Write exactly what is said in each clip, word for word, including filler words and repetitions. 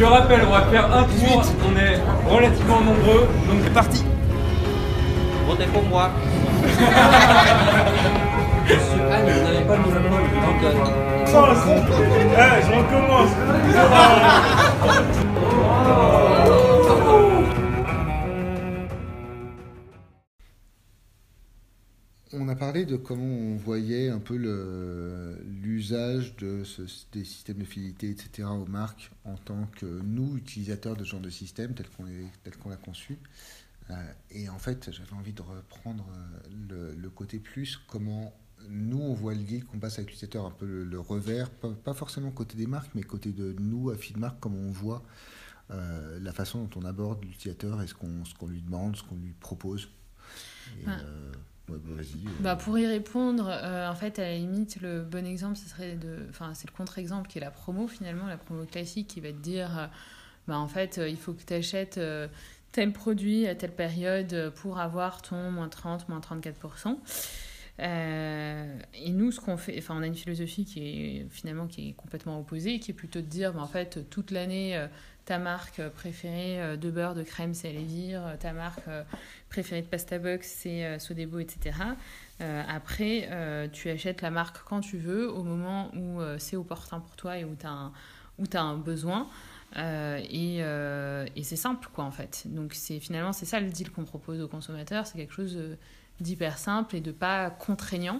je rappelle, on va faire un tour, on est relativement nombreux, donc c'est parti. Votez pour moi. Monsieur Anne, vous n'avez pas le monopole, donc euh, Eh, je recommence. On a parlé de comment on voyait un peu le, l'usage de ce, des systèmes de fidélité, et cetera aux marques en tant que nous, utilisateurs de ce genre de système tel qu'on, est, tel qu'on l'a conçu. Euh, et en fait, j'avais envie de reprendre le, le côté plus, comment nous, on voit le deal qu'on passe avec l'utilisateur, un peu le, le revers, pas, pas forcément côté des marques, mais côté de nous, à Feedmark, comment on voit euh, la façon dont on aborde l'utilisateur et ce qu'on, ce qu'on lui demande, ce qu'on lui propose. Et, ah. euh, ouais, bah, vas-y. Euh... Bah, pour y répondre, euh, en fait, à la limite, le bon exemple, ce serait de, enfin, c'est le contre-exemple qui est la promo, finalement, la promo classique qui va te dire, euh, bah, en fait, euh, il faut que tu achètes euh, tel produit à telle période pour avoir ton moins trente, moins trente-quatre pour cent. Euh, et nous, ce qu'on fait, enfin, on a une philosophie qui est finalement qui est complètement opposée, qui est plutôt de dire, bah, en fait, toute l'année, euh, ta marque préférée euh, de beurre, de crème, c'est Elevir, ta marque euh, préférée de pasta box, c'est euh, Sodebo, et cetera. Euh, après, euh, tu achètes la marque quand tu veux, au moment où euh, c'est opportun pour toi et où tu as un, où t'as un besoin. Euh, et, euh, et c'est simple, quoi, en fait. Donc, c'est, finalement, c'est ça le deal qu'on propose aux consommateurs. C'est quelque chose de, d'hyper simple et de pas contraignant.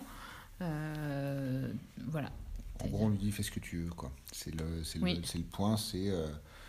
Euh, voilà. En gros, on lui dit fais ce que tu veux, quoi. C'est le, c'est le, oui. c'est le point, c'est euh,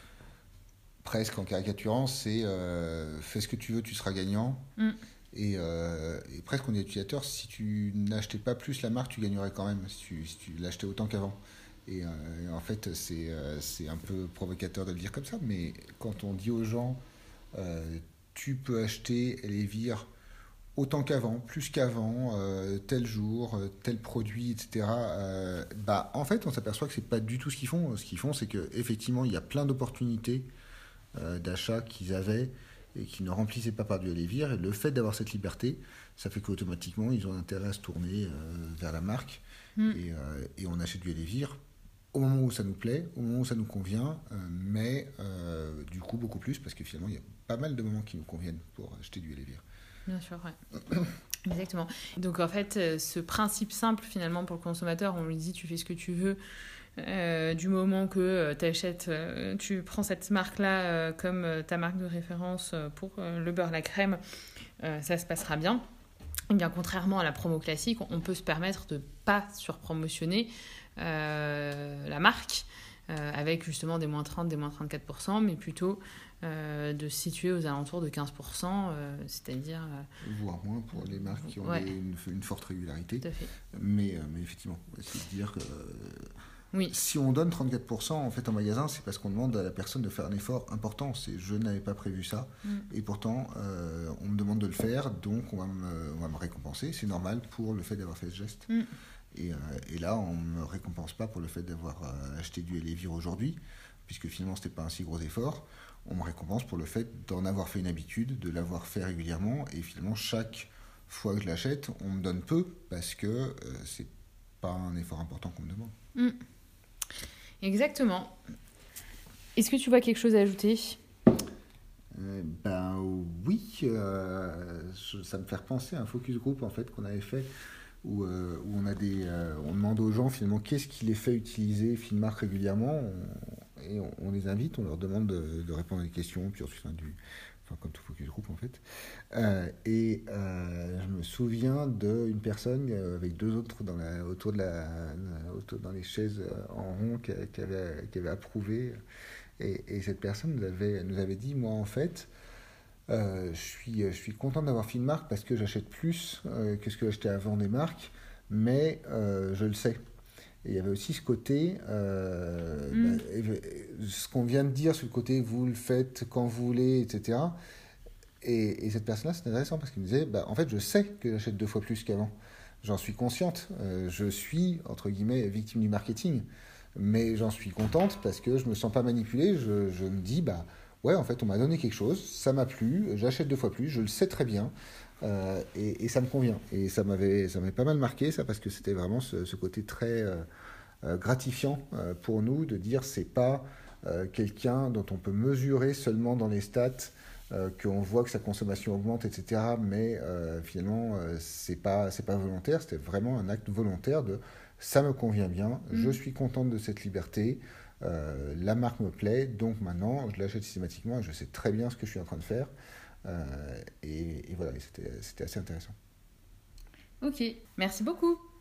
presque en caricaturant, c'est euh, fais ce que tu veux, tu seras gagnant. Mm. Et, euh, et presque on est utilisateur, si tu n'achetais pas plus la marque, tu gagnerais quand même, si tu, si tu l'achetais autant qu'avant. Et, euh, et en fait, c'est, euh, c'est un peu provocateur de le dire comme ça, mais quand on dit aux gens euh, tu peux acheter Elevir autant qu'avant, plus qu'avant, euh, tel jour, euh, tel produit, et cetera. Euh, bah, en fait, on s'aperçoit que c'est pas du tout ce qu'ils font. Ce qu'ils font, c'est qu'effectivement, il y a plein d'opportunités euh, d'achat qu'ils avaient et qui ne remplissaient pas par du Elevir. Et le fait d'avoir cette liberté, ça fait qu'automatiquement, ils ont intérêt à se tourner euh, vers la marque. Mm. Et, euh, et on achète du Elevir au moment où ça nous plaît, au moment où ça nous convient, euh, mais euh, du coup, beaucoup plus, parce que finalement, il y a pas mal de moments qui nous conviennent pour acheter du Elevir. Bien sûr, ouais. Exactement. Donc en fait, ce principe simple finalement pour le consommateur, on lui dit tu fais ce que tu veux, euh, du moment que euh, t'achètes, euh, tu prends cette marque-là euh, comme euh, ta marque de référence pour euh, le beurre, la crème, euh, ça se passera bien. Et bien contrairement à la promo classique, on peut se permettre de ne pas surpromotionner euh, la marque euh, avec justement des moins trente, des moins trente-quatre pour cent, mais plutôt Euh, de se situer aux alentours de quinze pour cent, euh, c'est-à-dire... Euh, voire moins pour les marques qui ont ouais. des, une, une forte régularité. Tout à fait. Mais, euh, mais effectivement, c'est de dire que euh, oui. si on donne trente-quatre pour cent en, fait, en magasin, c'est parce qu'on demande à la personne de faire un effort important. C'est je n'avais pas prévu ça, mm. et pourtant euh, on me demande de le faire, donc on va me, on va me récompenser. C'est normal pour le fait d'avoir fait ce geste. Mm. Et, euh, et là, on ne me récompense pas pour le fait d'avoir euh, acheté du Elevir aujourd'hui, puisque finalement, ce n'était pas un si gros effort. On me récompense pour le fait d'en avoir fait une habitude, de l'avoir fait régulièrement, et finalement, chaque fois que je l'achète, on me donne peu, parce que euh, c'est pas un effort important qu'on me demande. Mmh. Exactement. Est-ce que tu vois quelque chose à ajouter ? euh, Ben oui, euh, je, ça me fait repenser à un focus group en fait, qu'on avait fait, où, euh, où on, a des, euh, on demande aux gens finalement qu'est-ce qui les fait utiliser Feedmark régulièrement. On, Et on, on les invite, on leur demande de, de répondre à des questions, puis ensuite, enfin, du, enfin comme tout focus group en fait. Euh, et euh, je me souviens d'une personne avec deux autres dans la, autour de la, autour, dans les chaises en rond qui, qui, avait, qui avait approuvé. Et, et cette personne nous avait, nous avait dit, moi en fait, euh, je suis, je suis content d'avoir Feedmark parce que j'achète plus euh, que ce que j'achetais avant des marques, mais euh, je le sais. Et il y avait aussi ce côté, euh, mm. bah, ce qu'on vient de dire sur le côté, vous le faites quand vous voulez, et cetera. Et, et cette personne-là, c'est intéressant parce qu'il me disait, bah, en fait, je sais que j'achète deux fois plus qu'avant. J'en suis consciente. Euh, je suis, entre guillemets, victime du marketing. Mais j'en suis contente parce que je ne me sens pas manipulée. Je, je me dis, bah, ouais, en fait, on m'a donné quelque chose, ça m'a plu, j'achète deux fois plus, je le sais très bien. Euh, et, et ça me convient. Et ça m'avait, ça m'avait pas mal marqué, ça, parce que c'était vraiment ce, ce côté très euh, euh, gratifiant euh, pour nous de dire c'est pas euh, quelqu'un dont on peut mesurer seulement dans les stats euh, qu'on voit que sa consommation augmente, et cetera. Mais euh, finalement, euh, c'est pas, c'est pas volontaire, c'était vraiment un acte volontaire de ça me convient bien, mmh. je suis contente de cette liberté, euh, la marque me plaît, donc maintenant je l'achète systématiquement et je sais très bien ce que je suis en train de faire. Euh, et, et voilà, et c'était, c'était assez intéressant. Ok, merci beaucoup.